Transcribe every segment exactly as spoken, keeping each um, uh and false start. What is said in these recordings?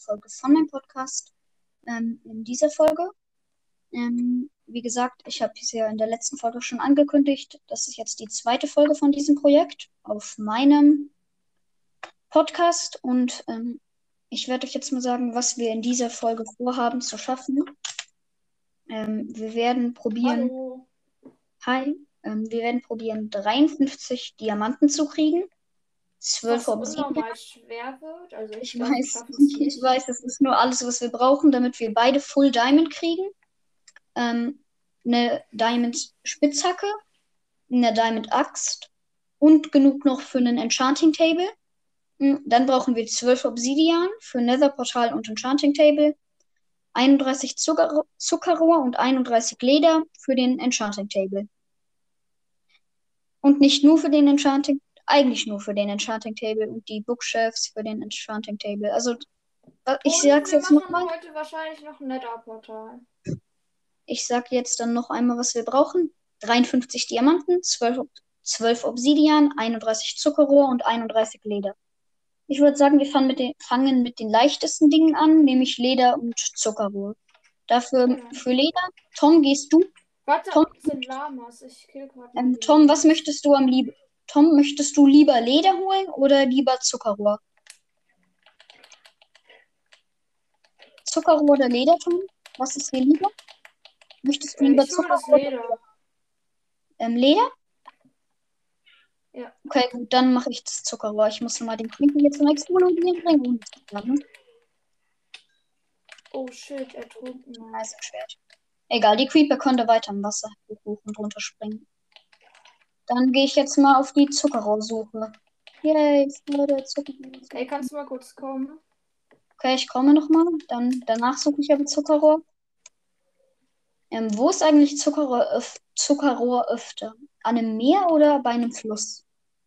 Folge von meinem Podcast. Ähm, in dieser Folge, ähm, wie gesagt, ich habe es ja in der letzten Folge schon angekündigt, das ist jetzt die zweite Folge von diesem Projekt auf meinem Podcast und ähm, ich werde euch jetzt mal sagen, was wir in dieser Folge vorhaben zu schaffen. Ähm, wir werden probieren, Hallo. hi, ähm, wir werden probieren, dreiundfünfzig Diamanten zu kriegen. zwölf Was Obsidian. unnormal schwer wird. Also ich, Ich glaube, wir weiß, schaffen es ich nicht. weiß, es ist nur alles, was wir brauchen, damit wir beide Full Diamond kriegen. Ähm, eine Diamond Spitzhacke, eine Diamond Axt und genug noch für einen Enchanting Table. Mm, Dann brauchen wir zwölf Obsidian für Nether Portal und Enchanting Table, einunddreißig Zucker Zuckerrohr und einunddreißig Leder für den Enchanting Table. Und nicht nur für den Enchanting, eigentlich nur für den Enchanting Table und die Bookshelves für den Enchanting Table. Also ich Und sag's wir jetzt machen nochmal. heute wahrscheinlich noch ein Nether-Portal. Ich sag jetzt dann noch einmal, was wir brauchen. dreiundfünfzig Diamanten, zwölf, zwölf Obsidian, einunddreißig Zuckerrohr und einunddreißig Leder. Ich würde sagen, wir fangen mit, den, fangen mit den leichtesten Dingen an, nämlich Leder und Zuckerrohr. Dafür Genau. für Leder, Tom, gehst du? Warte, Tom, das sind Lamas. Ich kill gerade mal ähm, die Tom, Lamas. was möchtest du am liebsten? Tom, möchtest du lieber Leder holen oder lieber Zuckerrohr? Zuckerrohr oder Leder, Tom? Was ist dir lieber? Möchtest du Äh, lieber ich hole das Zuckerrohr oder Leder. ähm, Leder? Ja. Okay, gut, dann mache ich das Zuckerrohr. Ich muss mal den Creeper jetzt zum Explodieren bringen. Und dann Oh shit, ertrunken. Eisenschwert. Egal, die Creeper konnte weiter im Wasser hoch und runter springen. Dann gehe ich jetzt mal auf die Zuckerrohrsuche. Yay, Leute, Zuckerrohr. Ey, kannst du mal kurz kommen? Okay, ich komme nochmal. Dann danach suche ich aber Zuckerrohr. Ähm, wo ist eigentlich Zuckerrohr, öf Zuckerrohr öfter? An einem Meer oder bei einem Fluss?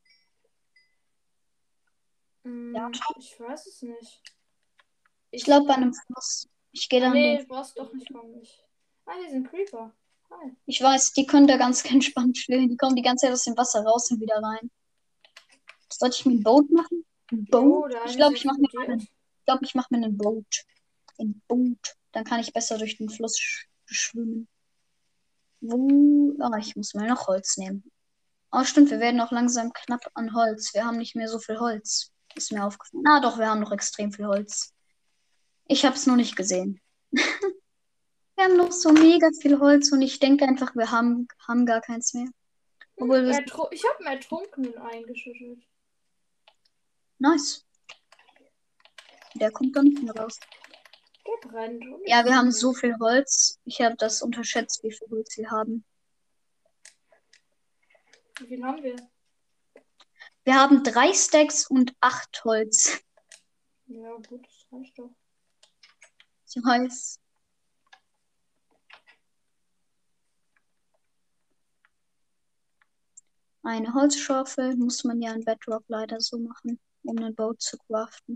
Ja, Hm, ich weiß es nicht. ich Ich. glaube bei einem Fluss. Ich gehe Ah, dann den. nee, du brauchst doch nicht kommen. Ich... Ah, hier sind Creeper. Hi. Ich weiß, die können da ganz entspannt chillen. Die kommen die ganze Zeit aus dem Wasser raus und wieder rein. Sollte ich mir ein Boot machen? Ein Boot? Jo, der Ich eine ist glaube, ich mache mir explodiert. einen. Ich glaube, ich mache mir ein Boot. Ein Boot. Dann kann ich besser durch den Fluss sch schwimmen. Wo? Ah, ich muss mal noch Holz nehmen. Oh, stimmt, wir werden auch langsam knapp an Holz. Wir haben nicht mehr so viel Holz. Ist mir aufgefallen. Ah, doch, wir haben noch extrem viel Holz. Ich habe es nur nicht gesehen. Wir haben noch so mega viel Holz und ich denke einfach, wir haben, haben gar keins mehr. Obwohl wir. Ertru ich habe einen Ertrunkenen eingeschüttet. Nice. Der kommt doch nicht mehr raus. Der brennt. Und Ja, jetzt wir ist er haben weg. so viel Holz. Ich habe das unterschätzt, wie viel Holz wir haben. Wie viel haben wir? Wir haben drei Stacks und acht Holz. Ja, gut, das reicht doch. Ich weiß. Eine Holzschaufel muss man ja in Bedrock leider so machen, um ein Boot zu craften.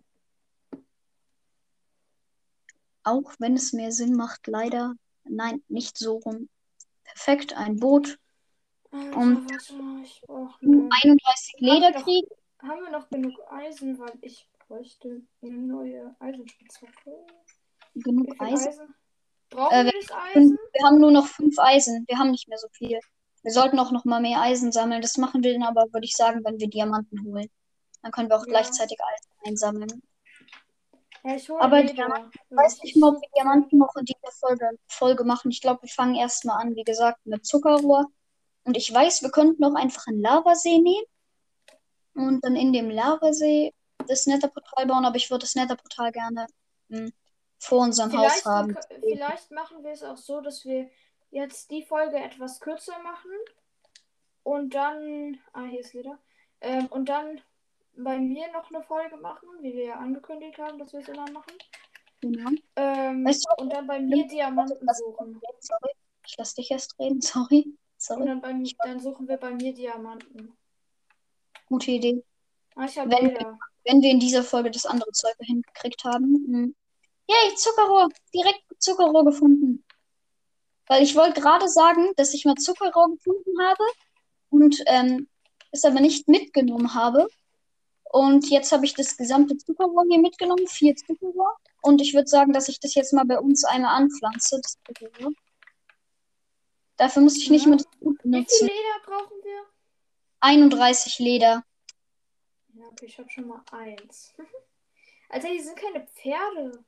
Auch wenn es mehr Sinn macht, leider. Nein, nicht so rum. Perfekt, ein Boot. Alter, Und warte mal, ich brauche nur. einunddreißig Haben Leder wir noch, kriegen. haben wir noch genug Eisen, weil ich bräuchte eine neue Eisenspitzhacke. Genug Wie viel Eisen. Eisen? Brauchen Äh, wir wir, das fünf, Eisen? wir haben nur noch fünf Eisen. Wir haben nicht mehr so viel. Wir sollten auch noch mal mehr Eisen sammeln. Das machen wir dann aber, würde ich sagen, wenn wir Diamanten holen. Dann können wir auch Ja. gleichzeitig Eisen einsammeln. Ja, ich hole Aber Leder. Diamanten, ich Weil weiß ich, nicht ich mal, ob wir suche für. Diamanten noch in dieser Folge, Folge machen. Ich glaube, wir fangen erstmal an, wie gesagt, mit Zuckerrohr. Und ich weiß, wir könnten auch einfach einen Lavasee nehmen und dann in dem Lavasee das Netherportal bauen, aber ich würde das Netherportal gerne mh, vor unserem Haus Vielleicht, wir, haben. kö- vielleicht machen wir es auch so, dass wir jetzt die Folge etwas kürzer machen. Und dann. Ah, hier ist Leder. Ähm, und dann bei mir noch eine Folge machen, wie wir ja angekündigt haben, dass wir es immer machen. Genau. Ähm, Weißt du, und dann bei nimm- mir Diamanten lass dich erst suchen. reden, sorry. Ich lass dich erst reden, sorry. Und Sorry. dann, beim, dann suchen wir bei mir Diamanten. Gute Idee. Ah, ich habe Wenn, Leder. wenn wir in dieser Folge das andere Zeug hingekriegt haben. mh. Yay, Zuckerrohr. Direkt Zuckerrohr gefunden. Weil ich wollte gerade sagen, dass ich mal Zuckerrohr gefunden habe und ähm, es aber nicht mitgenommen habe. Und jetzt habe ich das gesamte Zuckerrohr hier mitgenommen, vier Zuckerrohr. Und ich würde sagen, dass ich das jetzt mal bei uns einmal anpflanze, das Zuckerrohr. Dafür muss ich nicht Ja. mehr das Gut Wie viel benutzen. Leder brauchen wir? einunddreißig Leder. Ja, okay, ich habe schon mal eins. Alter, hier sind keine Pferde.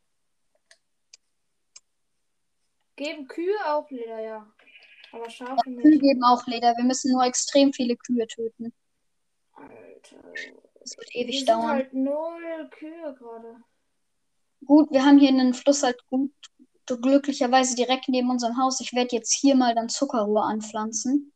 Geben Kühe auch Leder, ja. Aber Schafe Kühe nicht. geben auch Leder. Wir müssen nur extrem viele Kühe töten. Alter. Das wird Hier ewig sind dauern. halt null Kühe gerade. Gut, wir haben hier einen Fluss halt gut, glücklicherweise direkt neben unserem Haus. Ich werde jetzt hier mal dann Zuckerrohr anpflanzen.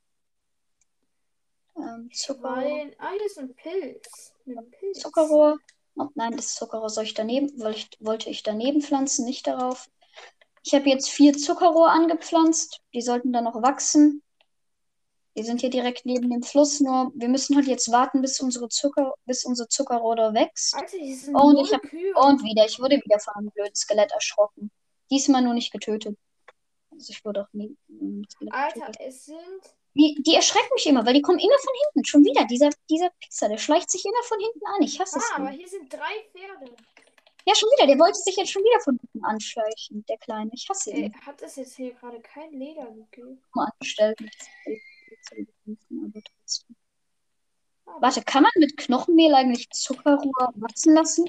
Ähm, Zuckerrohr. Schwein. Ah, hier ist ein Pilz. Ein Pilz. Zuckerrohr. Oh, nein, das Zuckerrohr soll ich daneben, weil ich, wollte ich daneben pflanzen, nicht darauf. Ich habe jetzt vier Zuckerrohr angepflanzt. Die sollten dann noch wachsen. Die sind hier direkt neben dem Fluss. Nur wir müssen halt jetzt warten, bis unsere Zucker, bis unsere Zuckerrohr wächst. Alter, hier sind Und ich null habe Kühe. und wieder, ich wurde wieder von einem blöden Skelett erschrocken. Diesmal nur nicht getötet. Also ich wurde auch nie von einem Skelett Alter, getötet. es sind. Die, die erschrecken mich immer, weil die kommen immer von hinten. Schon wieder, dieser, dieser Pizza, der schleicht sich immer von hinten an. Ich hasse es. Ah, aber Ihn. hier sind drei Pferde. Ja, schon wieder, der wollte sich jetzt schon wieder von hinten anschleichen, der Kleine. Ich hasse Ey, ihn. hat es jetzt hier gerade kein Leder gegeben? Mal angestellt mit Pizza bekämpfen, aber trotzdem. Aber Warte, kann man mit Knochenmehl eigentlich Zuckerrohr wachsen lassen?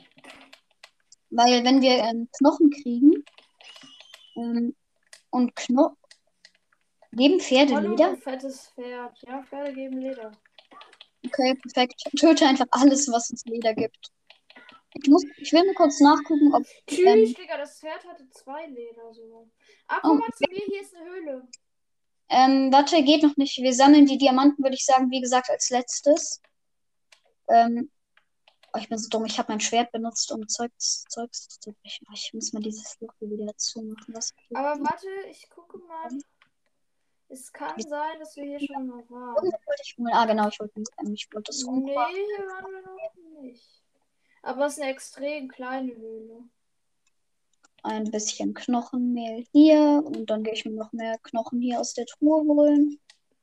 Weil wenn wir ähm, Knochen kriegen ähm, und Knochen. Geben Pferde Hallo, Leder? du fettes Pferd. Ja, Pferde geben Leder. Okay, perfekt. Töte einfach alles, was es Leder gibt. Ich muss, ich will nur kurz nachgucken, ob. Tschüss, Ähm, Digga, das Pferd hatte zwei Leder sogar. Ah, komm oh, mal zu mir, hier ist eine Höhle. ähm, warte, geht noch nicht. Wir sammeln die Diamanten, würde ich sagen, wie gesagt, als letztes. Ähm, oh, ich bin so dumm. Ich habe mein Schwert benutzt, um Zeugs, Zeugs zu brechen. Oh, ich muss mal dieses Loch hier wieder zumachen. Was? Aber warte, ich gucke mal. Es kann sein, dass wir hier schon mal waren. Irgendwas wollte ich holen. Ah, genau, ich wollte, ähm, ich wollte das Nee, Unkraut. hier waren wir noch nicht. Aber es ist eine extrem kleine Höhle. Ein bisschen Knochenmehl hier. Und dann gehe ich mir noch mehr Knochen hier aus der Truhe holen.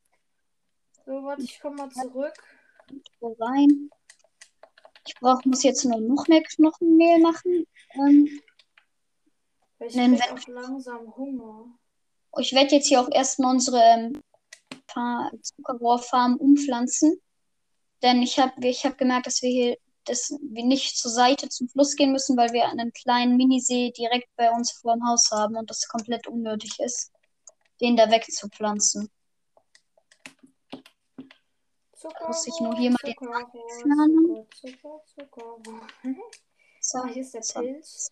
So, warte, ich komme mal zurück. So rein. Ich brauch, muss jetzt nur noch mehr Knochenmehl machen. Ähm, Weil ich dann krieg werd, auch langsam Hunger. ich werde jetzt hier auch erstmal unsere ähm, Fa- Zuckerrohrfarm umpflanzen. Denn ich habe ich hab gemerkt, dass wir hier dass wir nicht zur Seite zum Fluss gehen müssen, weil wir einen kleinen Minisee direkt bei uns vor dem Haus haben und das komplett unnötig ist, den da wegzupflanzen. Da muss ich nur Zuckerrohr, hier mal den Zuckerrohr, entfernen. Zucker, Zucker, Zuckerrohr. So, Ah, hier ist der so. Pilz.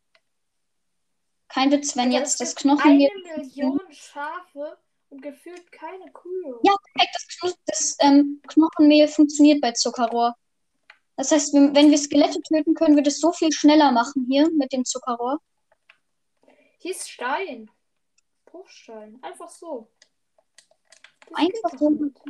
Kein Witz, wenn Alter, jetzt es das gibt Knochenmehl. eine Million Schafe und gefühlt keine Kühe. Ja, perfekt, das, Kno- das ähm, Knochenmehl funktioniert bei Zuckerrohr. Das heißt, wenn wenn wir Skelette töten, können wir das so viel schneller machen hier mit dem Zuckerrohr. Hier ist Stein. Bruchstein. Einfach so. Das geht Einfach doch so. nicht.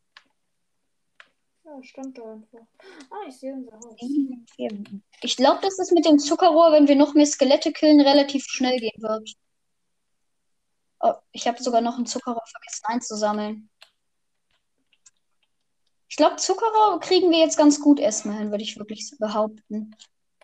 Ja, stand da einfach. Ah, ich sehe unser Haus. Ich glaube, dass das mit dem Zuckerrohr, wenn wir noch mehr Skelette killen, relativ schnell gehen wird. Oh, ich habe sogar noch ein Zuckerrohr vergessen einzusammeln. Ich glaube, Zuckerrohr kriegen wir jetzt ganz gut erstmal hin, würde ich wirklich so behaupten.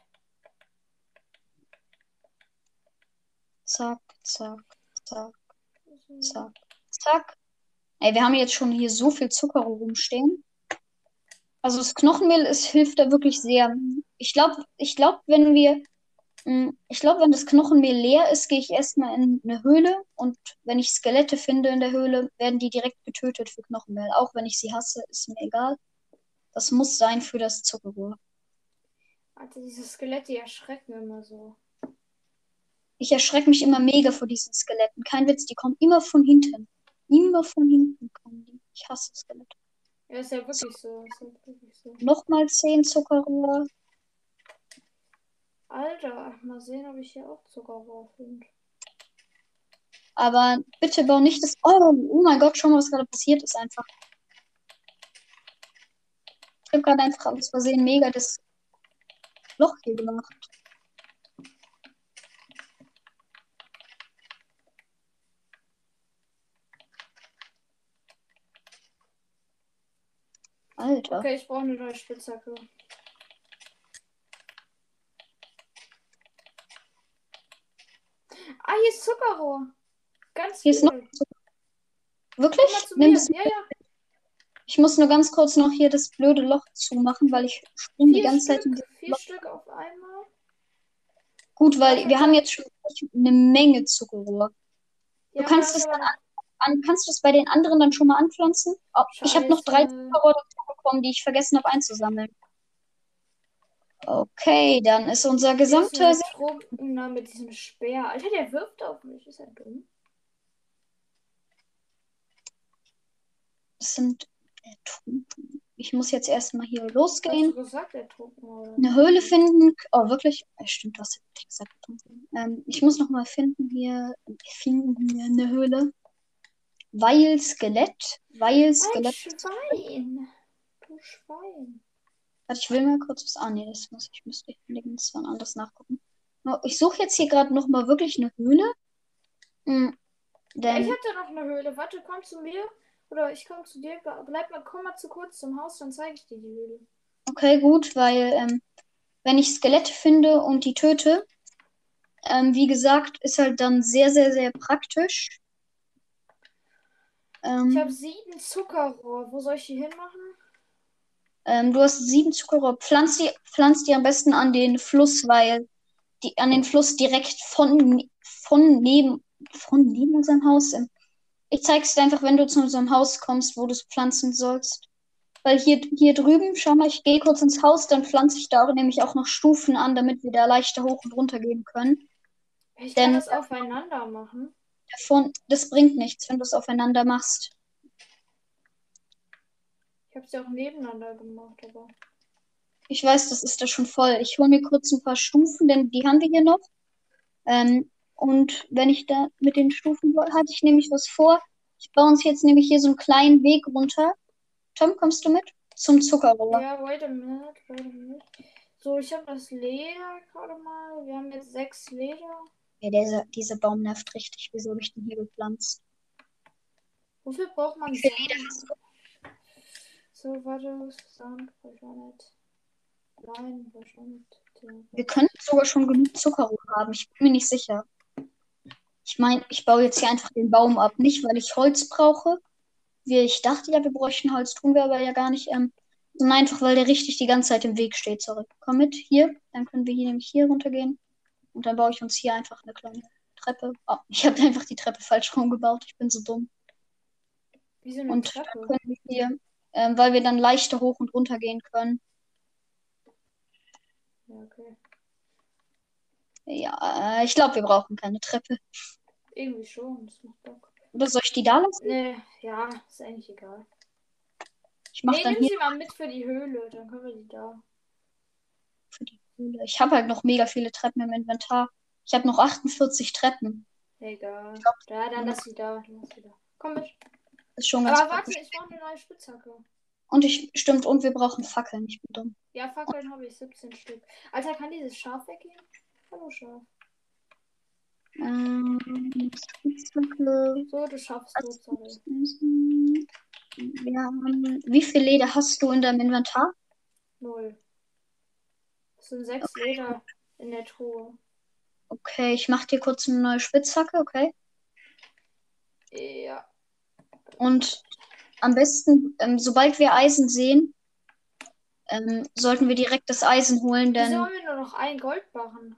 Zack, zack, zack, zack, zack. Ey, wir haben jetzt schon hier so viel Zuckerrohr rumstehen. Also das Knochenmehl ist, hilft da wirklich sehr. Ich glaube, ich glaube, wenn wir, mh, ich glaube, wenn das Knochenmehl leer ist, gehe ich erstmal in eine Höhle und wenn ich Skelette finde in der Höhle, werden die direkt getötet für Knochenmehl. Auch wenn ich sie hasse, ist mir egal. Das muss sein für das Zuckerrohr. Alter, diese Skelette, die erschrecken immer so. Ich erschrecke mich immer mega vor diesen Skeletten. Kein Witz, die kommen immer von hinten. Immer von hinten kommen die. Ich hasse Skelette. Ja, ist ja wirklich so. Ist ja wirklich so. Nochmal zehn Zuckerrohr. Alter, mal sehen, ob ich hier auch Zuckerrohr finde. Aber bitte bau nicht das. Oh, oh mein Gott, schau mal, was gerade passiert ist einfach. Ich habe gerade einfach aus Versehen mega das Loch hier gemacht. Alter. Okay, ich brauche eine neue Spitzhacke. Ah, hier ist Zuckerrohr. Ganz Hier viel. ist noch wirklich? Komm mal zu Nimm mir. das. Ja, ja. Ich muss nur ganz kurz noch hier das blöde Loch zumachen, weil ich springe die Vier ganze Zeit in Stück. dieses Vier Loch. Stück auf einmal. Gut, weil Warte, wir haben da. jetzt schon eine Menge Zuckerrohr. Du Ja, aber da kannst ist es aber dann noch an, kannst du es bei den anderen dann schon mal anpflanzen? Oh, ich habe noch drei Scheiße. Zuckerrohr dazu bekommen, die ich vergessen habe einzusammeln. Okay, dann ist unser Hier ist ein gesamter Ertrunkener mit diesem Speer. Alter, der wirft auf mich. Ist er dumm? sind ertrunken. Ich muss jetzt erstmal hier Hast du losgehen, gesagt, ertrunken oder eine nicht? Höhle finden. Oh, wirklich? Ja, stimmt, du hast ja wirklich gesagt. Ähm, ich muss noch mal finden hier, finden hier eine Höhle. Weil Skelett, weil Ein Skelett. Schwein. Du Schwein. Warte, ich will mal kurz was. Ah, nee, das muss ich müsste ich wann anders nachgucken. Oh, ich suche jetzt hier gerade noch mal wirklich eine Höhle. Hm, Ja, ich denn, hatte noch eine Höhle. Warte, komm zu mir. Oder ich komme zu dir. Bleib mal, komm mal zu kurz zum Haus, dann zeige ich dir die Höhle. okay, gut, weil ähm, wenn ich Skelette finde und die töte, ähm, wie gesagt, ist halt dann sehr, sehr, sehr praktisch. Ich habe Ähm, sieben Zuckerrohr. Wo soll ich die hinmachen? ähm, du hast sieben Zuckerrohr. Pflanz die, pflanz die am besten an den Fluss, weil die an den Fluss direkt von, von neben, von neben unserem Haus. Ähm, ich zeig's dir einfach, wenn du zu unserem Haus kommst, wo du es pflanzen sollst. Weil hier, hier drüben, schau mal, ich gehe kurz ins Haus, dann pflanze ich da auch nämlich auch noch Stufen an, damit wir da leichter hoch und runter gehen können. Ich kann Denn das aufeinander machen. davon, das bringt nichts, wenn du es aufeinander machst. Ich habe sie auch nebeneinander gemacht, aber. Ich weiß, das ist da schon voll. Ich hole mir kurz ein paar Stufen, denn die haben wir hier noch. Ähm, und wenn ich da mit den Stufen hatte ich nämlich was vor. Ich baue uns jetzt nämlich hier so einen kleinen Weg runter. Tom, kommst du mit? Zum Zuckerrohr. Ja, wait a minute, wait a minute. So, ich habe das Leder gerade mal. Wir haben jetzt sechs Leder. Ja, dieser, dieser Baum nervt richtig. Wieso habe ich den hier gepflanzt? Wofür braucht man Wie viel Leder Sand? hast du? So, warte, Sand, nicht. Nein, wahrscheinlich. Wir könnten sogar schon genug Zuckerrohr haben. Ich bin mir nicht sicher. Ich meine, ich baue jetzt hier einfach den Baum ab. Nicht, weil ich Holz brauche. Wie ich dachte ja, wir bräuchten Holz, tun wir aber ja gar nicht. Ähm, sondern einfach, weil der richtig die ganze Zeit im Weg steht. Sorry. Komm mit, hier. Dann können wir hier nämlich hier runtergehen. Und dann baue ich uns hier einfach eine kleine Treppe. Oh, ich habe einfach die Treppe falsch rumgebaut. Ich bin so dumm. Wie so eine Und dann Treppe. können wir hier, ähm, weil wir dann leichter hoch und runter gehen können. Ja, okay. Ja, äh, ich glaube, wir brauchen keine Treppe. Irgendwie schon, das macht Bock. Oder soll ich die da lassen? Nee, ja, ist eigentlich egal. Ich mache Nee, dann nimm hier sie mal mit für die Höhle, dann können wir die da. für die Höhle. Ich habe halt noch mega viele Treppen im Inventar. Ich habe noch achtundvierzig Treppen. Egal. Ich glaube, Da, dann lass sie da, dann lass sie da. Komm mit. das ist schon ganz Aber warte, praktisch. ich brauche eine neue Spitzhacke. Und ich, stimmt, und wir brauchen Fackeln. Ich bin dumm. Ja, Fackeln habe ich siebzehn Stück. Alter, kann dieses Schaf weggehen? Hallo Schaf. Ähm, Spitzhacke. So, du schaffst du, sorry. Wir haben, wie viel Leder hast du in deinem Inventar? Null. Das sind sechs Leder in der Truhe. Okay, ich mache dir kurz eine neue Spitzhacke, okay? Ja. Und am besten, ähm, sobald wir Eisen sehen, ähm, sollten wir direkt das Eisen holen, Wieso denn haben wir nur noch ein Goldbarren?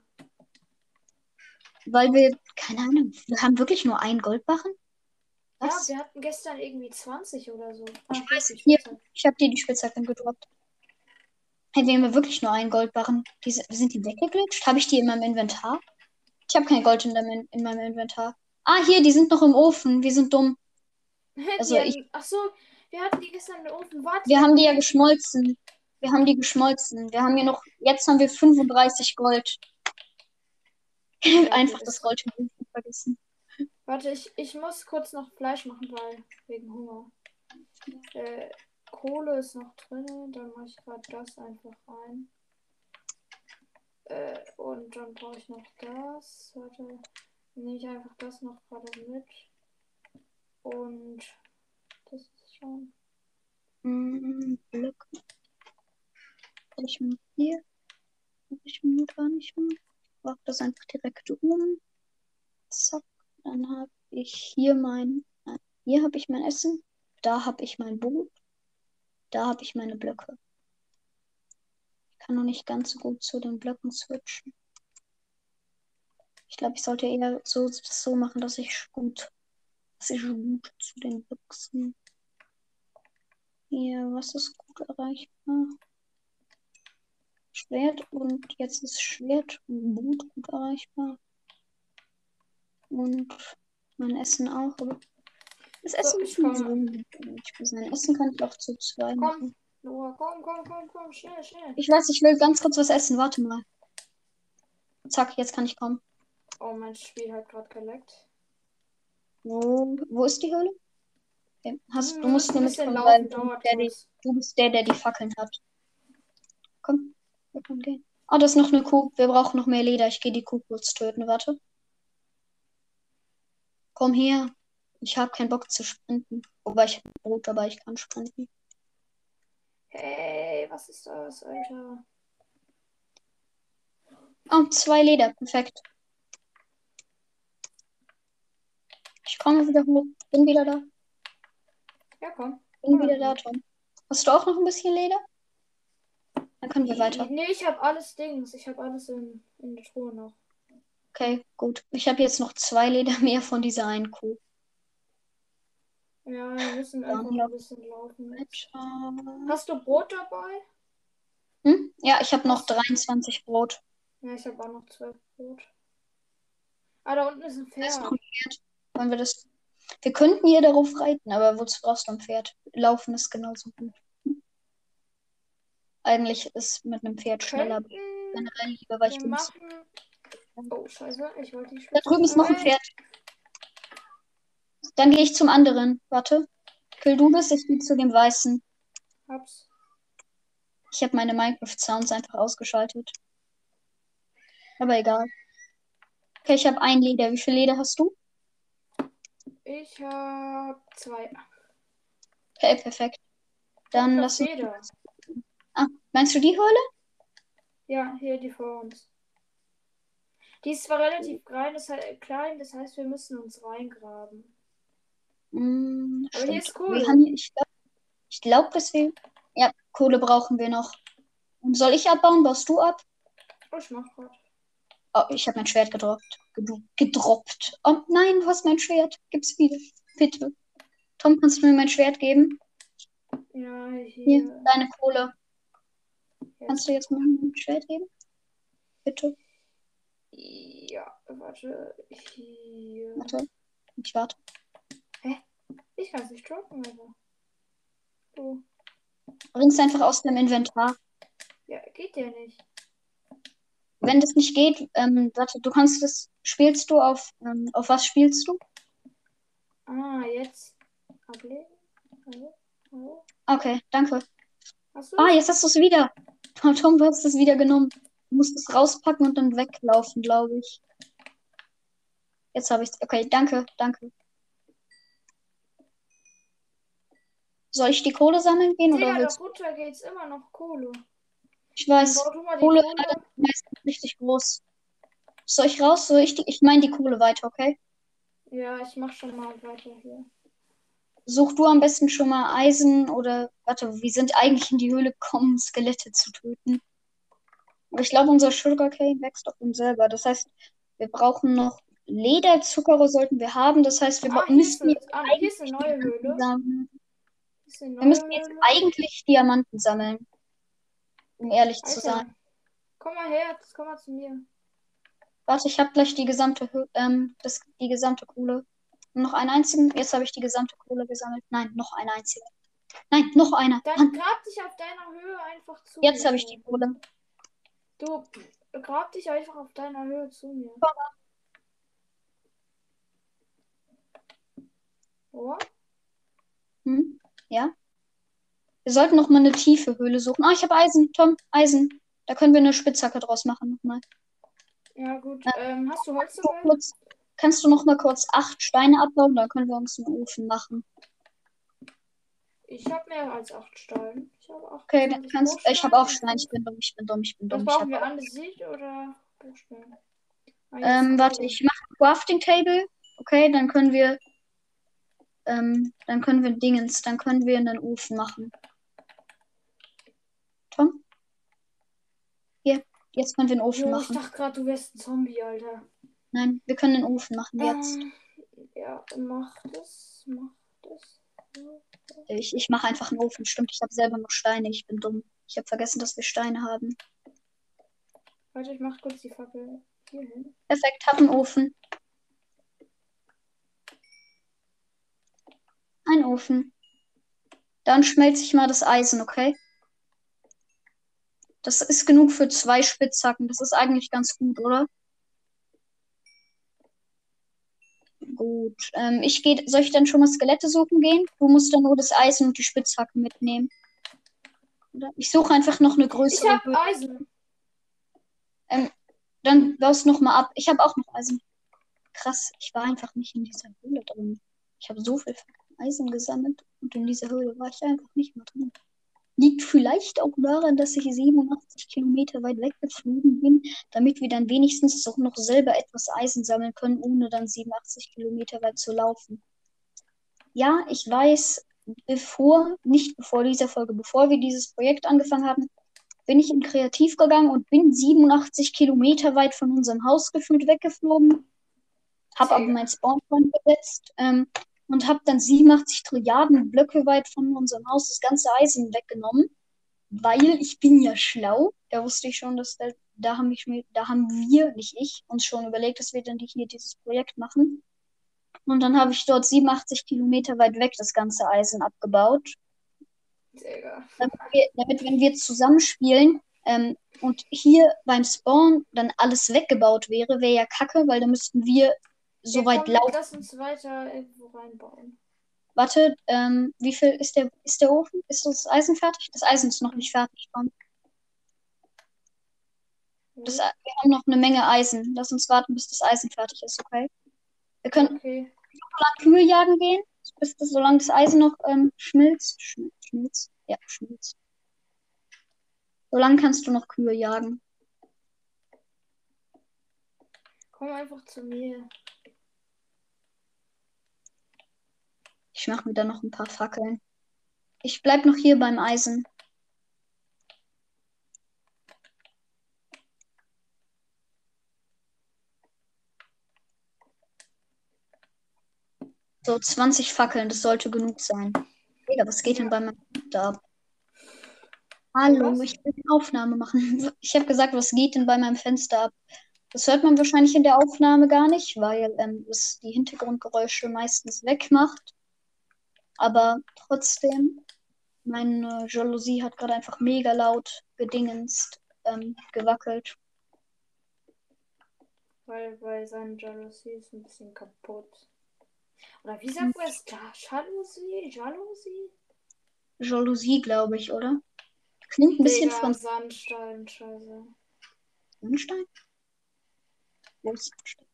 weil wir, keine Ahnung, wir haben wirklich nur einen Goldbarren? Ja, Was? wir hatten gestern irgendwie zwanzig oder so. Ich Ah, hier ist weiß, die hier, Spitzhacke. ich habe dir die Spitzhacke gedroppt. Hey, wir haben ja wirklich nur einen Goldbarren. Die, sind die weggeglitscht? Habe ich die in meinem Inventar? Ich habe kein Gold in, dem, in meinem Inventar. Ah, hier, die sind noch im Ofen. Wir sind dumm. Also Die ich, hatten, ach so, wir hatten die gestern im Ofen. wir haben Warte. die ja geschmolzen. Wir haben die geschmolzen. Wir haben hier noch, jetzt haben wir fünfunddreißig Gold. Ja, okay, Einfach das das ist gut. Gold im Ofen vergessen. Warte, ich, ich muss kurz noch Fleisch machen, weil wegen Hunger. Äh, Kohle ist noch drin, dann mache ich gerade das einfach rein. Äh, und dann brauche ich noch das. Warte, nehme ich einfach das noch gerade mit. Und das ist schon. Mm, Blöcke. Habe ich mir hier? Habe ich mir gar nicht mehr. Ich brauche das einfach direkt um. Zack. Dann habe ich hier mein. Nein, hier habe ich mein Essen. Da habe ich mein Boot. Da habe ich meine Blöcke. Ich kann noch nicht ganz so gut zu den Blöcken switchen. Ich glaube, ich sollte eher so, so machen, dass ich gut, dass ich gut zu den Büchsen. Hier, was ist gut erreichbar? Schwert und jetzt ist Schwert und Boot gut erreichbar. Und mein Essen auch. Aber das So, Essen ich ist nicht so komme. gut erreichbar sein. Essen kann ich auch zu zwei Komm, machen. Noah, komm, komm, komm, komm, schnell, schnell. Ich weiß, ich will ganz kurz was essen. Warte mal. Zack, jetzt kann ich kommen. Oh, mein Spiel hat gerade geleckt. Wo, wo ist die Höhle? Okay. Hast, Hm, du wir musst müssen nur ein bisschen mitkommen, weil laufen, du bist dauert der, die, kurz. du bist der, der die Fackeln hat. Komm, wir können gehen. Oh, da ist noch eine Kuh. Wir brauchen noch mehr Leder. Ich gehe die Kuh kurz töten. Warte. Komm her. Ich habe keinen Bock zu sprinten. Wobei ich habe Brot dabei, ich kann sprinten. Hey, was ist das, Alter? Oh, zwei Leder. Perfekt. Ich komme wieder hoch. Bin wieder da. Ja, komm. Bin Komm wieder einfach da, mit. Tom. Hast du auch noch ein bisschen Leder? Dann können wir weiter. Nee, ich habe alles Dings. Ich habe alles in, in der Truhe noch. Okay, gut. Ich habe jetzt noch zwei Leder mehr von dieser einen Kuh. Ja, wir müssen Dann einfach hier ein bisschen laufen jetzt. weiter. Hast du Brot dabei? Hm? Ja, ich habe noch Hast... dreiundzwanzig Brot. Ja, ich habe auch noch zwölf Brot. Ah, da unten ist ein Da ist noch Pferd. ein Pferd. Wollen wir das? Wir könnten hier darauf reiten, aber wozu brauchst du ein Pferd? Laufen ist genauso gut. Eigentlich ist mit einem Wir Pferd schneller, aber könnten... generell lieber, weil ich Wir bin nicht so. machen... Oh, scheiße. Ich wollte die Da drüben ist Spitzhacke. noch ein Ey, Pferd. Dann gehe ich zum anderen. Warte. Kill du das, ich gehe zu dem Weißen. hab's. Ich habe meine Minecraft-Sounds einfach ausgeschaltet. Aber egal. Okay, ich habe ein Leder. Wie viel Leder hast du? Ich hab zwei. Okay, perfekt. Dann Und noch lass uns. Feder. Ah, meinst du die Höhle? Ja, hier die vor uns. Die ist zwar relativ klein, das, he- klein, das heißt, wir müssen uns reingraben. Hm, Aber hier stimmt. ist Wir Kohle. haben hier, ich glaube, ich glaub, dass wir. Ja, Kohle brauchen wir noch. Und soll ich abbauen? Baust du ab? Oh, ich mach grad. Oh, ich habe mein Schwert gedroppt. Gedro- Gedroppt. Oh nein, du hast mein Schwert. Gib's wieder. Bitte. Tom, kannst du mir mein Schwert geben? Ja, Hier, hier. deine Kohle. Kannst Jetzt. du jetzt mal mein Schwert geben? Bitte. Ja, warte. Hier. Warte. Ich warte. Hä? Ich kann's nicht droppen, Alter. Oh. Bring's einfach aus dem Inventar. Ja, geht ja nicht. Wenn das nicht geht, ähm, warte, du kannst das. Spielst du auf. Ähm, auf was spielst du? Ah, jetzt. Ablegen. Hallo? Hallo? Okay, danke. Hast Ah, du's? jetzt hast du es wieder. Tom, Tom, du hast es wieder genommen. Du musst es rauspacken und dann weglaufen, glaube ich. Jetzt habe ich es. Okay, danke, danke. Soll ich die Kohle sammeln gehen oder Digga, willst du? darunter geht's immer noch Kohle. Ich Dann weiß, bau du mal die Kohle Kohle. Alter, ist meistens richtig groß. Soll ich raus? Soll ich die? Ich meine die Kohle weiter, okay? Ja, ich mach schon mal weiter hier. Such du am besten schon mal Eisen oder. Warte, wir sind eigentlich in die Höhle gekommen, Skelette zu töten. Aber ich glaube, unser Sugarcane wächst auf uns selber. Das heißt, wir brauchen noch Leder, Zuckerrohr sollten wir haben. Das heißt, wir Ah, bra- hier ist, müssten ein, jetzt ah, hier ist eine eigentlich neue Diamanten Höhle. sammeln. Hier ist eine Wir neue müssten jetzt Höhle. eigentlich Diamanten sammeln, um ehrlich zu sein. Alter, komm mal her, jetzt komm mal zu mir. Warte, ich habe gleich die gesamte, Hö- ähm, das, die gesamte Kohle. Noch einen einzigen. Jetzt habe ich die gesamte Kohle gesammelt. Nein, noch eine einzige. Nein, noch einer. Dann Mann, grab dich auf deiner Höhe einfach zu jetzt mir. habe ich die Schnell. Kohle. Du, grab dich einfach auf deiner Höhe zu mir. Oh? Hm? Ja? Wir sollten noch mal eine tiefe Höhle suchen. Ah, ich habe Eisen, Tom, Eisen. Da können wir eine Spitzhacke draus machen nochmal. Ja, gut. Äh, Ähm, hast du Holz so dabei? kurz, kannst du noch mal kurz acht Steine abbauen? Dann können wir uns einen Ofen machen. Ich habe mehr als acht Steine. Ich habe Okay, dann achtundzwanzig kannst, äh, ich habe Bruchsteine auch und Stein. Ich fünf. bin dumm, ich bin dumm, ich bin Was dumm. Ich brauchen habe wir? auch. Andesit oder Bruchsteine? Ah, hier ist Ähm, warte, Kohle. ich mache Crafting Table. Okay, dann können wir, ähm, dann können wir Dingens, dann können wir einen Ofen machen. Tom? Hier, jetzt können wir einen Ofen Jo, ich machen. dachte gerade, du wärst ein Zombie, Alter. Nein, wir können einen Ofen machen jetzt. Ähm, ja, mach das, mach das. Ich, ich mache einfach einen Ofen. Stimmt, ich habe selber noch Steine. Ich bin dumm. Ich habe vergessen, dass wir Steine haben. Warte, ich mach kurz die Fackel hier hin. Perfekt, hab einen Ofen. Ein Ofen. Dann schmelze ich mal das Eisen, okay? Das ist genug für zwei Spitzhacken. Das ist eigentlich ganz gut, oder? Gut. Ähm, ich geh, soll ich dann schon mal Skelette suchen gehen? Du musst dann nur das Eisen und die Spitzhacken mitnehmen. Oder? Ich suche einfach noch eine Ich größere hab Höhle. Eisen. Ähm, dann baust du noch mal ab. Ich habe auch noch Eisen. Krass, ich war einfach nicht in dieser Höhle drin. Ich habe so viel Eisen gesammelt und in dieser Höhle war ich einfach nicht mehr drin. Liegt vielleicht auch daran, dass ich siebenundachtzig Kilometer weit weggeflogen bin, damit wir dann wenigstens doch noch selber etwas Eisen sammeln können, ohne dann siebenundachtzig Kilometer weit zu laufen. Ja, ich weiß, bevor, nicht bevor dieser Folge, bevor wir dieses Projekt angefangen haben, bin ich in Kreativ gegangen und bin siebenundachtzig Kilometer weit von unserem Haus gefühlt weggeflogen. Hab aber mein Spawnpoint gesetzt ähm, und hab dann siebenundachtzig Trilliarden Blöcke weit von unserem Haus das ganze Eisen weggenommen, weil ich bin ja schlau. Da wusste ich schon, dass da, da haben ich mir, da haben wir, nicht ich, uns schon überlegt, dass wir dann hier dieses Projekt machen. Und dann habe ich dort siebenundachtzig Kilometer weit weg das ganze Eisen abgebaut. Digga. Damit, wir, damit wenn wir zusammenspielen ähm, und hier beim Spawn dann alles weggebaut wäre, wäre ja kacke, weil dann müssten wir so Ja, weit komm, laufen. lass uns weiter irgendwo reinbauen. Warte, ähm, wie viel ist der, ist der Ofen? Ist das Eisen fertig? Das Eisen ist noch nicht fertig. Komm. Das, wir haben noch eine Menge Eisen. Lass uns warten, bis das Eisen fertig ist, okay? Wir können Okay. Kühe jagen gehen, bis das, solange das Eisen noch ähm, schmilzt. Schmilzt, schmilzt. Ja, schmilzt. Solange kannst du noch Kühe jagen. Komm einfach zu mir. Ich mache mir da noch ein paar Fackeln. Ich bleib noch hier beim Eisen. So, zwanzig Fackeln, das sollte genug sein. Digga, was geht Ja. denn bei meinem Computer ab? Hallo, was? ich will eine Aufnahme machen. Ich habe gesagt, was geht denn bei meinem Fenster ab? Das hört man wahrscheinlich in der Aufnahme gar nicht, weil ähm, es die Hintergrundgeräusche meistens wegmacht. Aber trotzdem, meine Jalousie hat gerade einfach mega laut gedingenst, ähm, gewackelt. Weil, weil seine Jalousie ist ein bisschen kaputt. Oder wie sagt man es? Ja, Jalousie? Jalousie? Jalousie, glaube ich, oder? Klingt ein bisschen Digga, von Sandstein, scheiße. Sandstein? Wo ist Sandstein?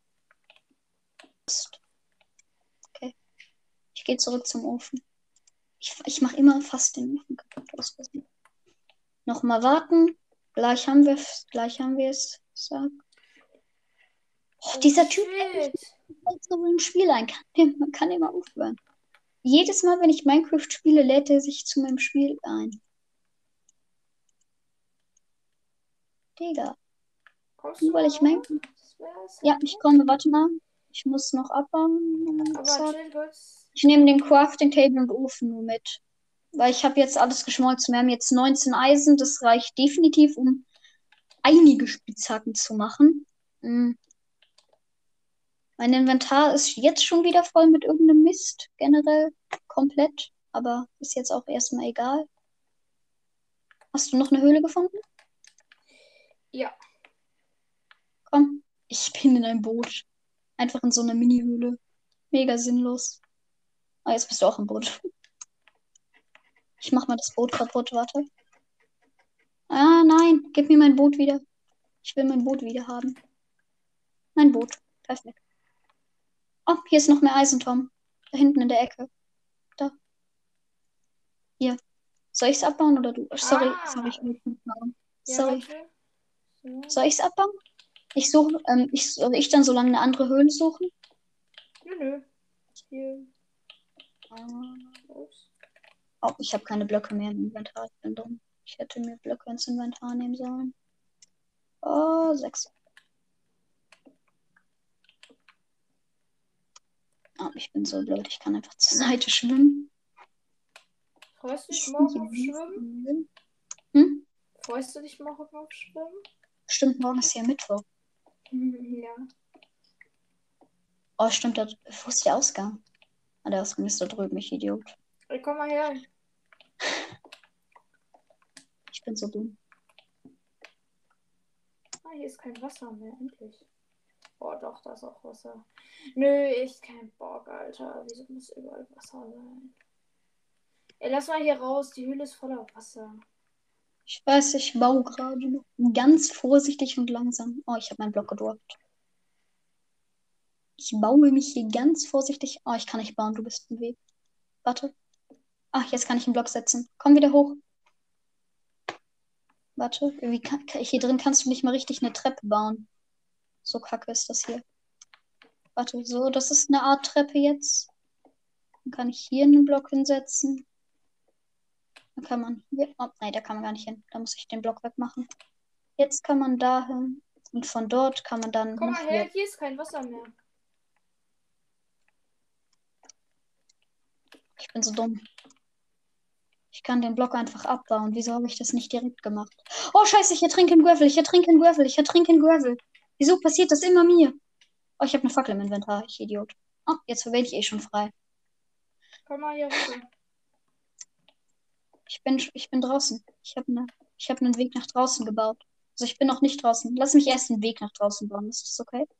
Okay. Ich gehe zurück zum Ofen. Ich, ich mache immer fast den Ofen kaputt. Aus Versehen. Nochmal warten. Gleich haben wir es. Gleich haben wir es. Sag. Oh, Oh, dieser Typ shit. lädt so ein Spiel ein. Kann, man kann immer aufhören. Jedes Mal, wenn ich Minecraft spiele, lädt er sich zu meinem Spiel ein. Digga. Kommst Nur du weil mal ich rauf? Minecraft. Das wär's Ja, halt ich nett. komme. Warte mal. Ich muss noch abbauen. Aber Zack. chill kurz. Ich nehme den Crafting Table und Ofen nur mit. Weil ich habe jetzt alles geschmolzen. Wir haben jetzt neunzehn Eisen. Das reicht definitiv, um einige Spitzhacken zu machen. Hm. Mein Inventar ist jetzt schon wieder voll mit irgendeinem Mist. Generell komplett. Aber ist jetzt auch erstmal egal. Hast du noch eine Höhle gefunden? Ja. Komm. Ich bin in einem Boot. Einfach in so einer Mini-Höhle. Mega sinnlos. Ah, jetzt bist du auch im Boot. Ich mach mal das Boot kaputt, warte. Ah, nein. Gib mir mein Boot wieder. Ich will mein Boot wieder haben. Mein Boot. Perfekt. Oh, hier ist noch mehr Eisen, Tom. Da hinten in der Ecke. Da. Hier. Soll ich es abbauen oder du? Sorry, Ah. sorry, ich will nicht abbauen. Ja, Sorry. warte. So. Soll ich es abbauen? Ich suche, ähm, ich, soll ich dann so lange eine andere Höhle suchen? Nö, nö. Hier. Ah. Ups. Oh, ich habe keine Blöcke mehr im Inventar. Ich bin dumm. Ich hätte mir Blöcke ins Inventar nehmen sollen. Oh, sechs. Oh, ich bin so blöd. Ich kann einfach zur Seite schwimmen. Freust du dich Ich morgen sehe auf Schwimmen? Hm? Freust du dich morgen auf Schwimmen? Stimmt, morgen ist ja Mittwoch. Ja. Oh, stimmt. Da, wo ist der Ausgang? Ah, der Ausgang ist da drüben, ich Idiot. Ey, komm mal her. Ich bin so dumm. Ah, hier ist kein Wasser mehr, endlich. Oh, doch, da ist auch Wasser. Nö, ich kein Bock, Alter. Wieso muss überall Wasser sein? Ey, lass mal hier raus. Die Höhle ist voller Wasser. Ich weiß, ich baue gerade noch ganz vorsichtig und langsam. Oh, ich habe meinen Block gedroppt. Ich baue mich hier ganz vorsichtig. Oh, ich kann nicht bauen, du bist im Weg. Warte. Ach, jetzt kann ich einen Block setzen. Komm wieder hoch. Warte. Wie kann, hier drin kannst du nicht mal richtig eine Treppe bauen. So kacke ist das hier. Warte, so, das ist eine Art Treppe jetzt. Dann kann ich hier einen Block hinsetzen. Dann kann man hier. Oh, nein, da kann man gar nicht hin. Da muss ich den Block wegmachen. Jetzt kann man da hin. Und von dort kann man dann Komm noch mal hier. her, hier ist kein Wasser mehr. Ich bin so dumm. Ich kann den Block einfach abbauen. Wieso habe ich das nicht direkt gemacht? Oh, scheiße, ich ertrinke in Gravel. Ich ertrinke in Gravel. Ich ertrinke in Gravel. Wieso passiert das immer mir? Oh, ich habe eine Fackel im Inventar. Ich Idiot. Oh, jetzt werde ich eh schon frei. Komm mal hier rüber. Ich bin, ich bin draußen. Ich habe eine, ich habe einen Weg nach draußen gebaut. Also ich bin noch nicht draußen. Lass mich erst einen Weg nach draußen bauen. Ist das okay?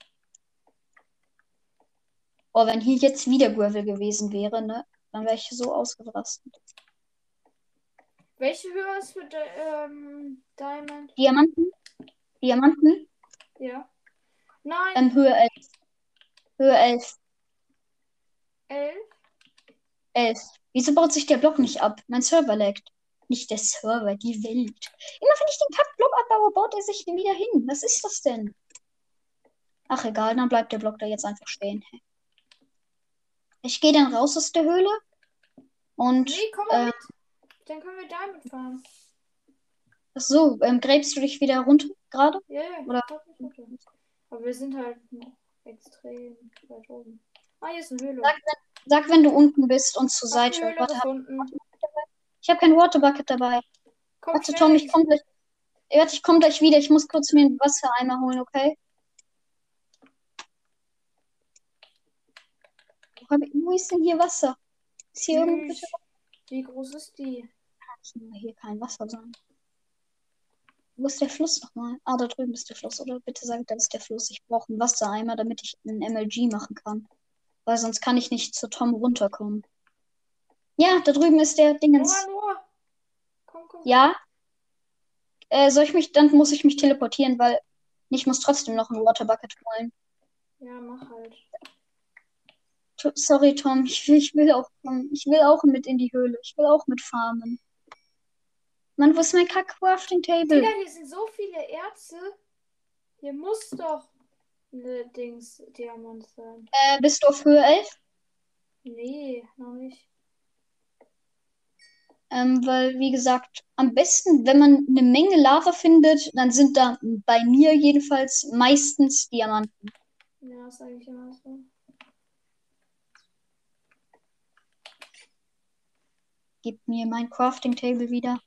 Oh, wenn hier jetzt wieder Gravel gewesen wäre, ne? Dann wäre ich so ausgerastet. Welche Höhe ist für Di ähm, Diamond? Diamanten? Diamanten? Ja. Nein, Ähm, Höhe elf. Höhe elf. elf. elf. Wieso baut sich der Block nicht ab? Mein Server laggt. Nicht der Server, die Welt. Immer wenn ich den Kack-Block abbaue, baut er sich wieder hin. Was ist das denn? Ach egal, dann bleibt der Block da jetzt einfach stehen. Ich gehe dann raus aus der Höhle und Nee, komm mal äh, mit. Dann können wir Diamond fahren. ach so, ähm, gräbst du dich wieder runter gerade? Ja, ja, Oder? ich glaub nicht runter. Aber wir sind halt noch extrem weit oben. Ah, hier ist eine Höhle. Sag, wenn, sag, wenn du unten bist und zur Hab die Seite. Höhle Warte, hab gefunden. ich habe kein Waterbucket dabei. Komm Warte, schnell. Tom, ich komme gleich. Warte, ich komme gleich wieder. Ich muss kurz mir einen Wassereimer holen, okay? Wo, hab ich, wo ist denn hier Wasser? Ist hier irgendwo bitte? Tschüss. Wie groß ist die? Kann hier kein Wasser sein. Wo ist der Fluss nochmal? Ah, da drüben ist der Fluss, oder? Bitte sag, das ist der Fluss. Ich brauche einen Wassereimer, damit ich einen M L G machen kann. Weil sonst kann ich nicht zu Tom runterkommen. Ja, da drüben ist der Noah, Dingens. Noah. Komm, komm, komm. Ja? Äh, soll ich mich, dann muss ich mich teleportieren, weil ich muss trotzdem noch ein Waterbucket holen. Ja, mach halt. T- Sorry, Tom, ich will, ich will auch kommen. Ich will auch mit in die Höhle. Ich will auch mit farmen. Mann, wo ist mein Kack-Crafting-Table? Digga, hier sind so viele Erze. Hier muss doch eine Dings Diamant sein. Äh, bist du auf Höhe elf? Nee, noch nicht. Ähm, weil, wie gesagt, am besten, wenn man eine Menge Lava findet, dann sind da bei mir jedenfalls meistens Diamanten. Ja, ist eigentlich immer so. Gib mir mein Crafting-Table wieder.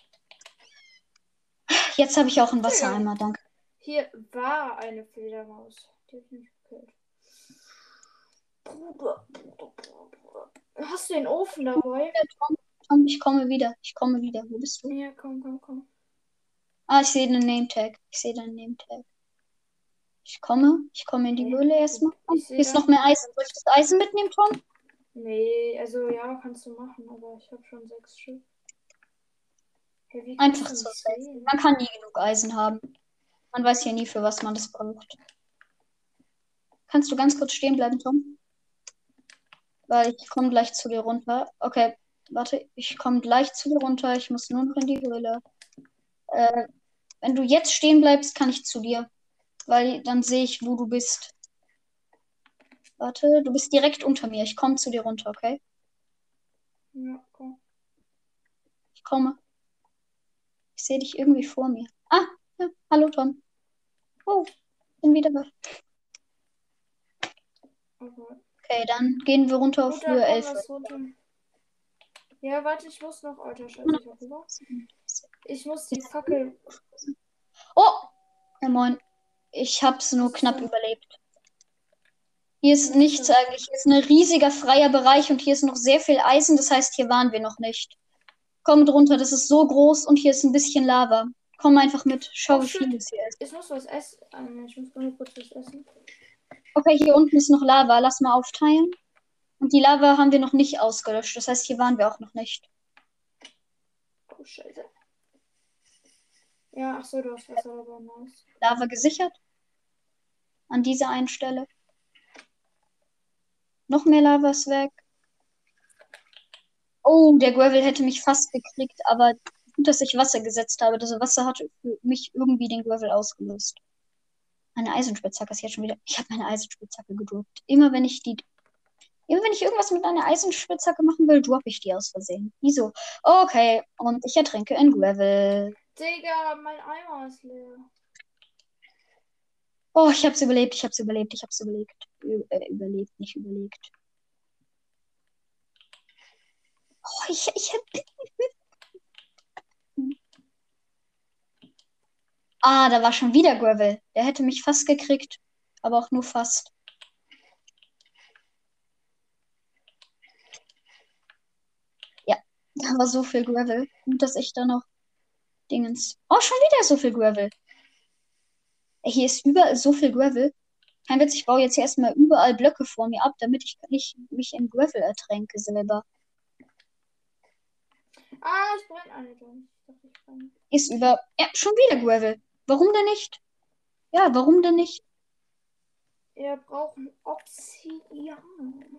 Jetzt habe ich auch einen Wassereimer, danke. Hier war eine Fledermaus. Die hab ich nicht gekillt. Bruder, Bruder, Bruder, Bruder. Hast du den Ofen dabei? Ja, Tom, Tom, ich komme wieder. Ich komme wieder. Wo bist du? Ja, komm, komm, komm. Ah, ich sehe den Name-Tag. Ich sehe deinen Name-Tag. Ich komme. Ich komme in die Hä? Höhle erstmal. Oh, Ich hier sehe ist da. noch mehr Eisen. Soll ich das Eisen mitnehmen, Tom? Nee, also ja, kannst du machen, aber ich habe schon sechs Stück. Hey, wie Einfach kannst du so nicht safe. sehen? Man kann nie genug Eisen haben. Man weiß ja nie, für was man das braucht. Kannst du ganz kurz stehen bleiben, Tom? Weil ich komme gleich zu dir runter. Okay, warte, ich komme gleich zu dir runter. Ich muss nur noch in die Höhle. Äh, wenn du jetzt stehen bleibst, kann ich zu dir. weil dann sehe ich, wo du bist. Warte, du bist direkt unter mir. Ich komme zu dir runter, okay? Ja, komm. Ich komme. Ich sehe dich irgendwie vor mir. Ah, ja. Hallo Tom. Oh, bin wieder da. Okay. Okay, dann gehen wir runter auf Gut, dann Höhe komm, elf. lass runter. Ja, warte, ich muss noch. Alter, scheiße, ich hab Hunger. Ich muss die Fackel. Oh! Ja, moin. Ich hab's nur Was ist knapp da? überlebt. Hier ist Was ist nichts da? eigentlich. Hier ist ein riesiger freier Bereich und hier ist noch sehr viel Eisen. Das heißt, hier waren wir noch nicht. Kommt runter, das ist so groß und hier ist ein bisschen Lava. Komm einfach mit. Schau, Oh wie viel shit. es hier ist. Ich muss was essen. Ah, nee, ich muss nur kurz was essen. Okay, hier unten ist noch Lava. Lass mal aufteilen. Und die Lava haben wir noch nicht ausgelöscht. Das heißt, hier waren wir auch noch nicht. Oh scheiße. Ja, ach so, du hast Wasser dabei. Nice. Lava gesichert. An dieser einen Stelle. Noch mehr Lava ist weg. Oh, der Gravel hätte mich fast gekriegt, aber gut, dass ich Wasser gesetzt habe. Das Wasser hat für mich irgendwie den Gravel ausgelöst. Meine Eisenspitzhacke ist jetzt schon wieder. Ich habe meine Eisenspitzhacke gedroppt. Immer wenn ich die. Immer wenn ich irgendwas mit einer Eisenspitzhacke machen will, droppe ich die aus Versehen. Wieso? Okay, und ich ertrinke in Gravel. Digga, mein Eimer ist leer. Oh, ich hab's überlebt, ich hab's überlebt, ich hab's überlebt. Ü äh, überlebt, nicht überlegt. Oh, ich, ich hab. Ah, da war schon wieder Gravel. Der hätte mich fast gekriegt. Aber auch nur fast. Ja, da war so viel Gravel. Gut, dass ich da noch Dingens. Oh, schon wieder so viel Gravel. Ey, hier ist überall so viel Gravel. Kein Witz, ich baue jetzt hier erstmal überall Blöcke vor mir ab, damit ich nicht mich in Gravel ertränke selber. Ah, ich brenne eine drin. Ich dachte, ich brenne. Ist über. Ja, schon wieder Gravel. Warum denn nicht? Ja, warum denn nicht? Wir brauchen Obsidian.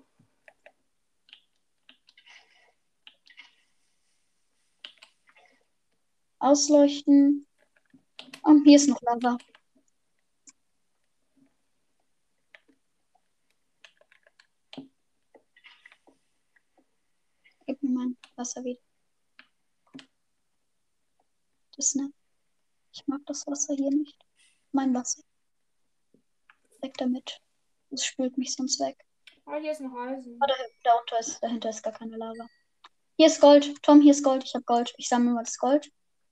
Ausleuchten. Und hier ist noch Lava. Gib mir mein Wasser wieder. Das, ne? Ich mag das Wasser hier nicht. Mein Wasser. Weg damit. Das spült mich sonst weg. Ah, hier ist noch Eisen. Oh, da, da unter ist, dahinter ist gar keine Lava. Hier ist Gold. Tom, hier ist Gold. Ich habe Gold. Ich sammle mal das Gold.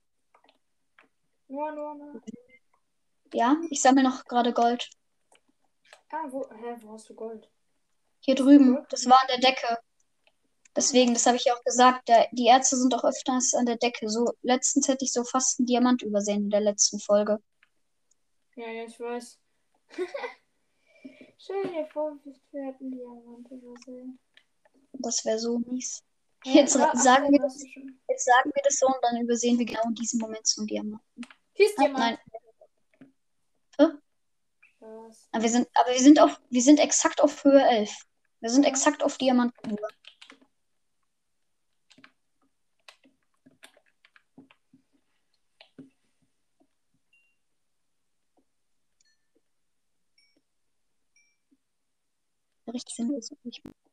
Nur, nur, nur. Ja, ich sammle noch gerade Gold. Ah, wo, hä, wo hast du Gold? Hier Hast du drüben. Gold? Das war an der Decke. Deswegen, das habe ich ja auch gesagt, der, die Ärzte sind auch öfters an der Decke. So, letztens hätte ich so fast einen Diamant übersehen in der letzten Folge. Ja, ja, ich weiß. Stell dir vor, wir hätten Diamant übersehen. Das wäre so mies. Hä, Jetzt da, ra- ach sagen so, wir hast das, du schon. jetzt sagen wir das so und dann übersehen wir genau in diesem Moment so einen Diamanten. Hier ist Ah, Diamant. nein. Hä? Spaß. Aber wir sind, aber wir sind auf, wir sind exakt auf Höhe elf. Wir sind Ja. exakt auf Diamantenhöhe. Richtig sind wir so nicht mehr.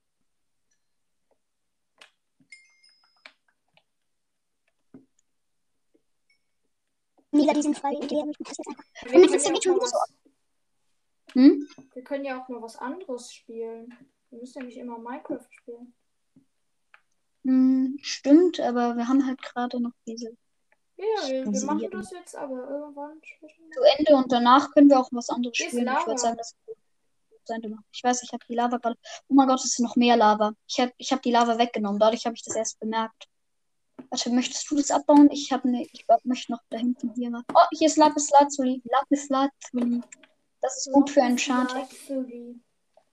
Mega diesen Folge Idee, aber ich mach das jetzt einfach. Wir Und mein können ja Fenster auch geht schon mal wieder so was. Hm? Wir können ja auch mal was anderes spielen. Wir müssen ja nicht immer Minecraft spielen. Hm, stimmt, aber wir haben halt gerade noch diese Ja, wir, wir diese machen hier das jetzt, aber irgendwann später zu mal. Ende und danach können wir auch was anderes Hier ist spielen. Ich würde sagen, Lava. das zu Ende machen. Ich weiß, ich habe die Lava gerade. Oh mein Gott, es ist noch mehr Lava. Ich habe ich hab die Lava weggenommen. Dadurch habe ich das erst bemerkt. Warte, möchtest du das abbauen? Ich habe ne, ich möchte noch da hinten hier mal. Oh, hier ist Lapis Lazuli. Lapis Lazuli. Das ist gut für Enchanting. Lazuli.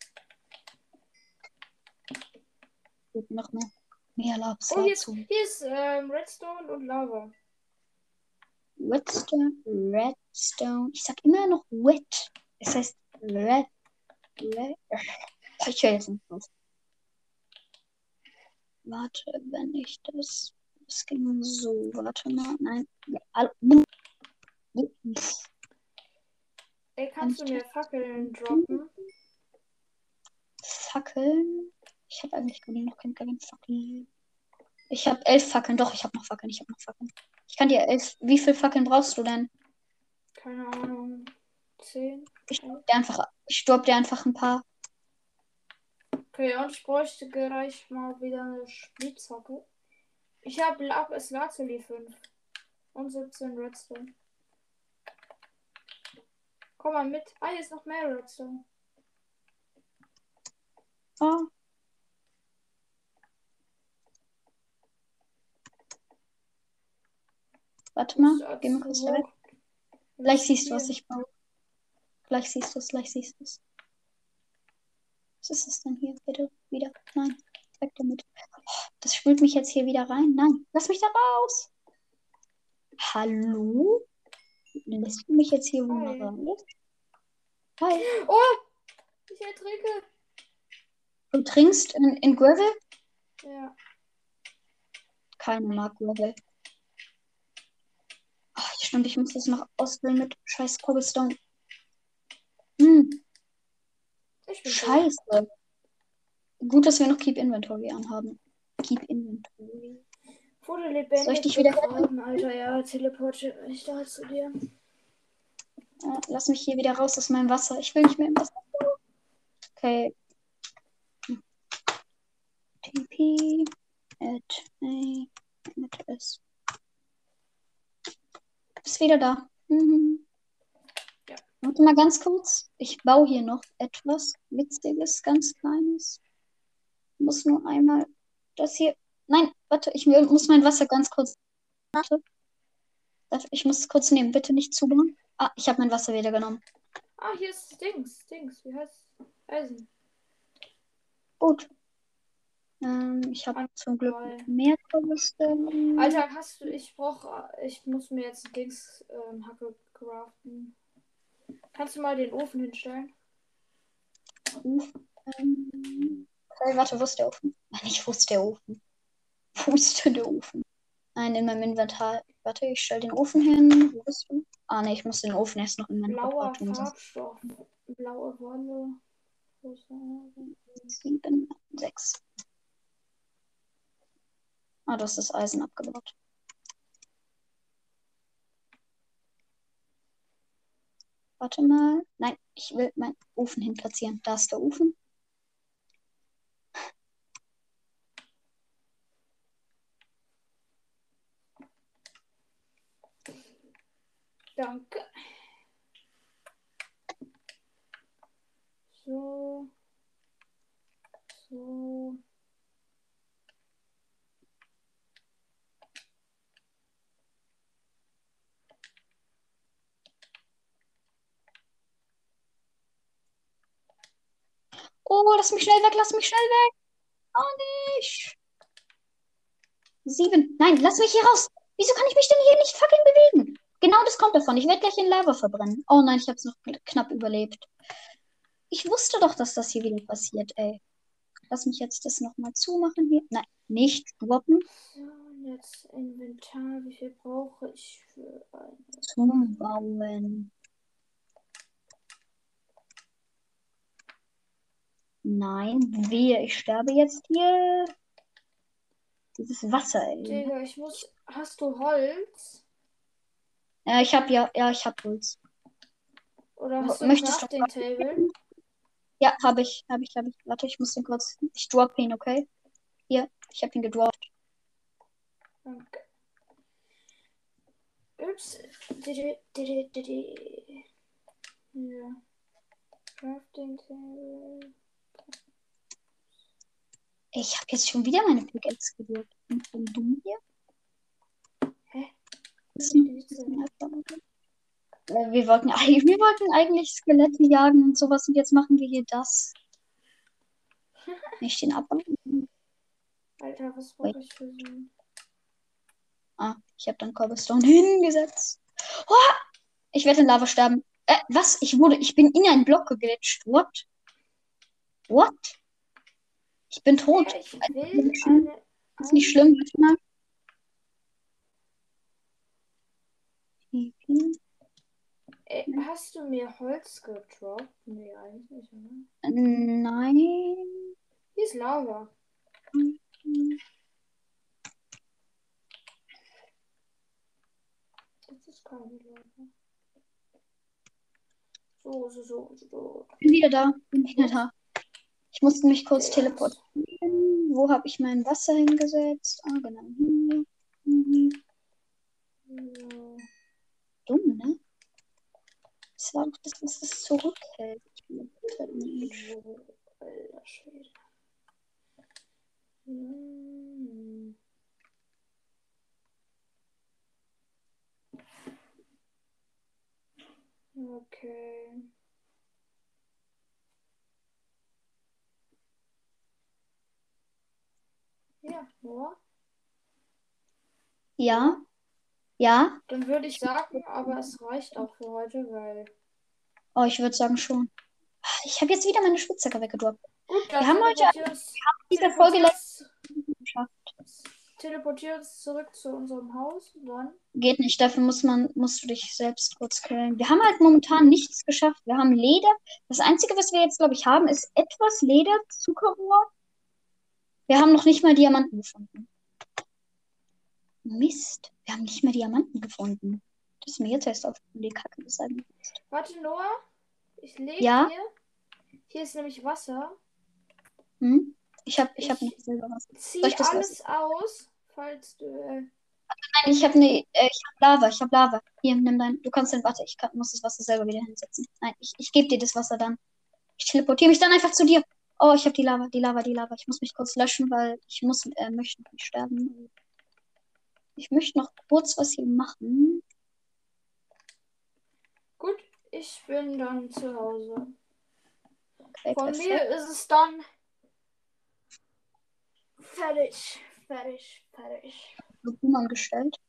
Geht noch mehr. Mehr Lapis Oh, hier ist, Lazuli. hier ist ähm, Redstone und Lava. Redstone, Redstone. Ich sag immer noch Wet. Es heißt Red. Red. Ich höre jetzt nicht los. Warte, wenn ich das. Das ging so. Warte mal. Nein. Ja, all- Ey, kannst du mir Fackeln droppen? Fackeln? Ich habe eigentlich noch keine, keine Fackeln. Ich habe elf Fackeln. Doch, ich habe noch Fackeln. Ich habe noch Fackeln. Ich kann dir elf. Wie viele Fackeln brauchst du denn? Keine Ahnung. Zehn? Ich stopp dir einfach, ich stopp dir einfach ein paar. Okay, und ich bräuchte gleich mal wieder eine Spitzhacke. Ich habe Lapis Lazuli fünf und siebzehn Redstone. Komm mal mit. Ah, hier ist noch mehr Redstone. Oh. Warte mal, geh mal kurz da weg. Gleich siehst du, was ich baue. Gleich siehst du es, gleich siehst du es. Was ist das denn hier? Bitte wieder. Nein, weg damit. Oh, das spült mich jetzt hier wieder rein. Nein, lass mich da raus. Hallo? Lässt du mich jetzt hier wohl Hi. raus? Hi. Oh! Ich ertrinke. Du trinkst in, in Gravel? Ja. Keiner mag Gravel. Ach, stimmt, ich muss das noch ausfüllen mit scheiß Cobblestone. Hm. Ich bin Scheiße. Tot. Gut, dass wir noch Keep Inventory anhaben. Keep Inventory. Wurde lebendig Soll ich dich wieder begraben, Alter. Ja, teleportiere ich da zu dir. Ja, lass mich hier wieder raus aus meinem Wasser. Ich will nicht mehr im Wasser. Okay. T P at a at s. Bist wieder da. Mhm. Ja. Warte mal ganz kurz. Ich baue hier noch etwas Witziges, ganz Kleines. Ich muss nur einmal das hier. Nein, warte, ich will- muss mein Wasser ganz kurz. Warte. Ich muss es kurz nehmen. Bitte nicht zubauen. Ah, ich habe mein Wasser wieder genommen. Ah, hier ist Dings. Dings. Wie heißt Eisen? Gut. Ähm, ich habe zum Glück Geil. mehr Cobblestone. Alter, hast du. Ich brauche. Ich muss mir jetzt Dings ähm, Hacke craften. Kannst du mal den Ofen hinstellen? Ähm, okay, warte, wo ist der Ofen? Nein, nicht, wo ist der Ofen? Wo ist denn der Ofen? Nein, in meinem Inventar. Warte, ich stelle den Ofen hin. Wo bist du? Ah, ne, ich muss den Ofen erst noch in meinen Blauer Report tun. Farbstoff. Blaue Wolle. sieben, sechs. Ah, du hast das Eisen abgebaut. Warte mal. Nein, ich will meinen Ofen hin platzieren. Da ist der Ofen. Danke. So. So. Oh, lass mich schnell weg, lass mich schnell weg. Oh, nicht. Sieben. Nein, lass mich hier raus. Wieso kann ich mich denn hier nicht fucking bewegen? Genau das kommt davon. Ich werde gleich in Lava verbrennen. Oh nein, ich habe es noch knapp überlebt. Ich wusste doch, dass das hier wieder passiert, ey. Lass mich jetzt das nochmal zumachen hier. Nein, nicht droppen. So, jetzt Inventar. Wie viel brauche ich für ein. Zubauen. Nein, wehe, ich sterbe jetzt hier. Dieses Wasser, ey. Digga, ich muss. Hast du Holz? Ja, ich hab ja, ja, ich hab Holz. Oder hast du ein Möchtest du? Crafting Table? Ja, habe ich, habe ich, habe ich. Warte, ich muss den kurz. Ich drop ihn, okay? Hier, ich habe ihn gedroppt. Danke. Ups. Didi, didi, didi. Ja. Crafting Table. Ich habe jetzt schon wieder meine Pickaxe gedroppt. Und von du hier? Hä? Das ist ein bisschen einfach, okay? Äh, Wir wollten, eig- wir wollten eigentlich Skelette jagen und sowas und jetzt machen wir hier das. Nicht den Abbau. Alter, was Wait. brauche ich für so ein. Ah, ich habe dann Cobblestone hingesetzt. Oh, ich werde in Lava sterben. Äh, was? Ich wurde, ich bin in einen Block geglitscht. What? What? Ich bin tot. Digga, ich Ist will nicht schlimm. eine. Ist nicht schlimm. Warte mal. Ey, hast du mir Holz gedroppt? Nee, eigentlich nicht, oder? Nein. Hier ist Lava. Das ist keine Lava. So, so, so, so, so. Bin wieder da. Bin wieder da. Ich musste mich kurz Yes. teleportieren. Wo habe ich mein Wasser hingesetzt? Ah, genau. Hier. Mhm. Ja. Dumm, ne? Das war doch das, was es zurückhält. Ich bin total Mensch. So, alter Schwede. Hm. Okay. Ja, Noah. Ja. Ja. Dann würde ich sagen, aber es reicht auch für heute, weil. Oh, ich würde sagen schon. Ich habe jetzt wieder meine Spitzhacke weggedroppt. Gut, dann Wir haben heute teleportier uns, diese Folge teleportier uns, geschafft. teleportier uns zurück zu unserem Haus. Dann. Geht nicht, dafür muss man, musst du dich selbst kurz killen. Wir haben halt momentan nichts geschafft. Wir haben Leder. Das Einzige, was wir jetzt, glaube ich, haben, ist etwas Leder, Zuckerrohr. Wir haben noch nicht mal Diamanten gefunden. Mist, wir haben nicht mehr Diamanten gefunden. Das ist mir jetzt erst auf die Kacke gesagt. Warte, Noah. Ich lege Ja? hier. Hier ist nämlich Wasser. Hm? Ich habe ich hab Ich noch selber was. Zieh Soll ich das alles aus, falls du. Äh, Nein, ich habe ne, äh, ich hab Lava, ich habe Lava. Hier, nimm dein. Du kannst den, warte, ich kann, muss das Wasser selber wieder hinsetzen. Nein, ich, ich gebe dir das Wasser dann. Ich teleportiere mich dann einfach zu dir. Oh, ich habe die Lava, die Lava, die Lava. Ich muss mich kurz löschen, weil ich muss, äh, möchte nicht sterben. Ich möchte noch kurz was hier machen. gut, ich bin dann zu Hause. Okay, Von perfekt. mir ist es dann fertig, fertig, fertig. Blumen gestellt.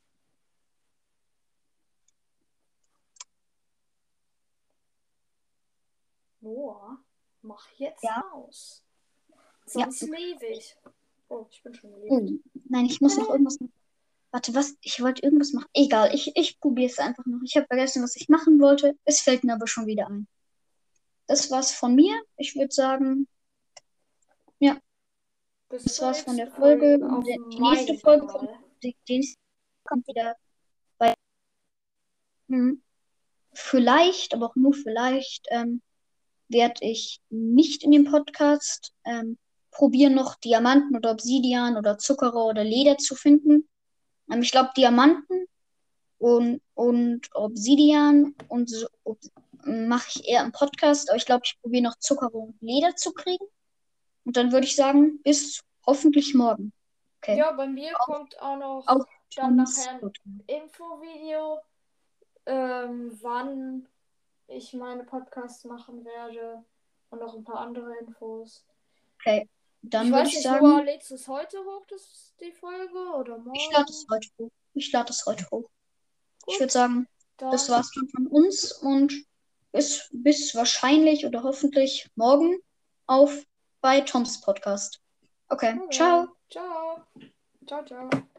Noah, mach jetzt Ja. aus. Ja. Sonst lebe ich. Oh, ich bin schon Oh, gelebt. nein, ich muss noch irgendwas machen. Warte, was? Ich wollte irgendwas machen. Egal, ich, ich probiere es einfach noch. Ich habe vergessen, was ich machen wollte. Es fällt mir aber schon wieder ein. Das war's von mir. Ich würde sagen, ja, Bis das zur war's von der nächsten Folge. Folge auf Die, die nächste meinem Folge Kanal. kommt, die, die nächste kommt wieder bei. Hm, vielleicht, aber auch nur vielleicht, ähm, werde ich nicht in dem Podcast ähm, probieren, noch Diamanten oder Obsidian oder Zuckerrohr oder Leder zu finden. Ähm, ich glaube, Diamanten und, und Obsidian und so ob, mache ich eher im Podcast, aber ich glaube, ich probiere noch Zuckerrohr und Leder zu kriegen. Und dann würde ich sagen, bis hoffentlich morgen. Okay. Ja, bei mir kommt auch noch Auf dann Toms nachher ein Podcast. Infovideo, ähm, wann ich meine Podcasts machen werde und noch ein paar andere Infos. Okay. Dann ich würde weiß ich nicht, sagen, Noah, lädst du es heute hoch, das, die Folge, oder morgen? ich lade es heute hoch. Ich lade es heute hoch. Ich Gut, würde sagen, das dann war's dann von uns und bis, bis wahrscheinlich oder hoffentlich morgen auf bei Toms Podcast. Okay, okay. ciao. Ciao. Ciao, ciao.